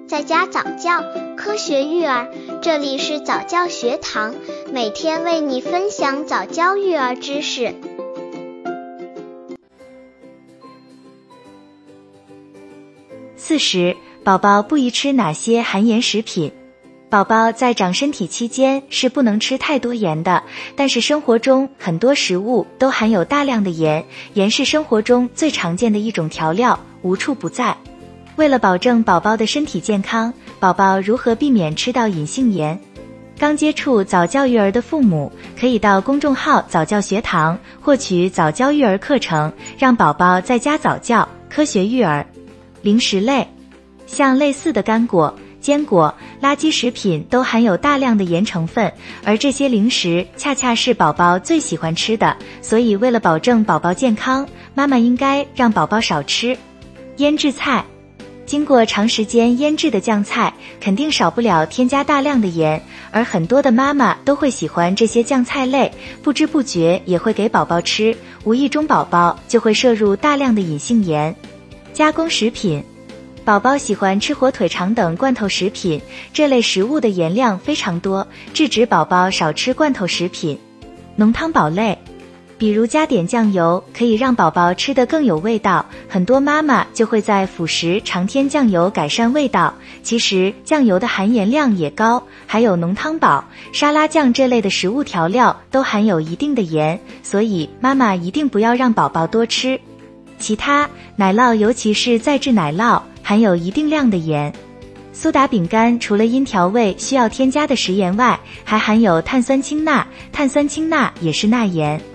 在家早教，科学育儿，这里是早教学堂，每天为你分享早教育儿知识。 40. 宝宝不宜吃哪些含盐食品？宝宝在长身体期间是不能吃太多盐的，但是生活中很多食物都含有大量的盐，盐是生活中最常见的一种调料，无处不在。为了保证宝宝的身体健康，宝宝如何避免吃到隐性盐？刚接触早教育儿的父母，可以到公众号早教学堂获取早教育儿课程，让宝宝在家早教，科学育儿。零食类，像类似的干果、坚果、垃圾食品都含有大量的盐成分，而这些零食恰恰是宝宝最喜欢吃的，所以为了保证宝宝健康，妈妈应该让宝宝少吃。腌制菜，经过长时间腌制的酱菜肯定少不了添加大量的盐，而很多的妈妈都会喜欢这些酱菜类，不知不觉也会给宝宝吃，无意中宝宝就会摄入大量的隐性盐。加工食品，宝宝喜欢吃火腿肠等罐头食品，这类食物的盐量非常多，制止宝宝少吃罐头食品。浓汤宝类，比如加点酱油，可以让宝宝吃得更有味道，很多妈妈就会在辅食常添酱油改善味道，其实酱油的含盐量也高，还有浓汤宝、沙拉酱这类的食物调料都含有一定的盐，所以妈妈一定不要让宝宝多吃。其他奶酪，尤其是再制奶酪，含有一定量的盐。苏打饼干除了因调味需要添加的食盐外，还含有碳酸氢钠，碳酸氢钠也是钠盐。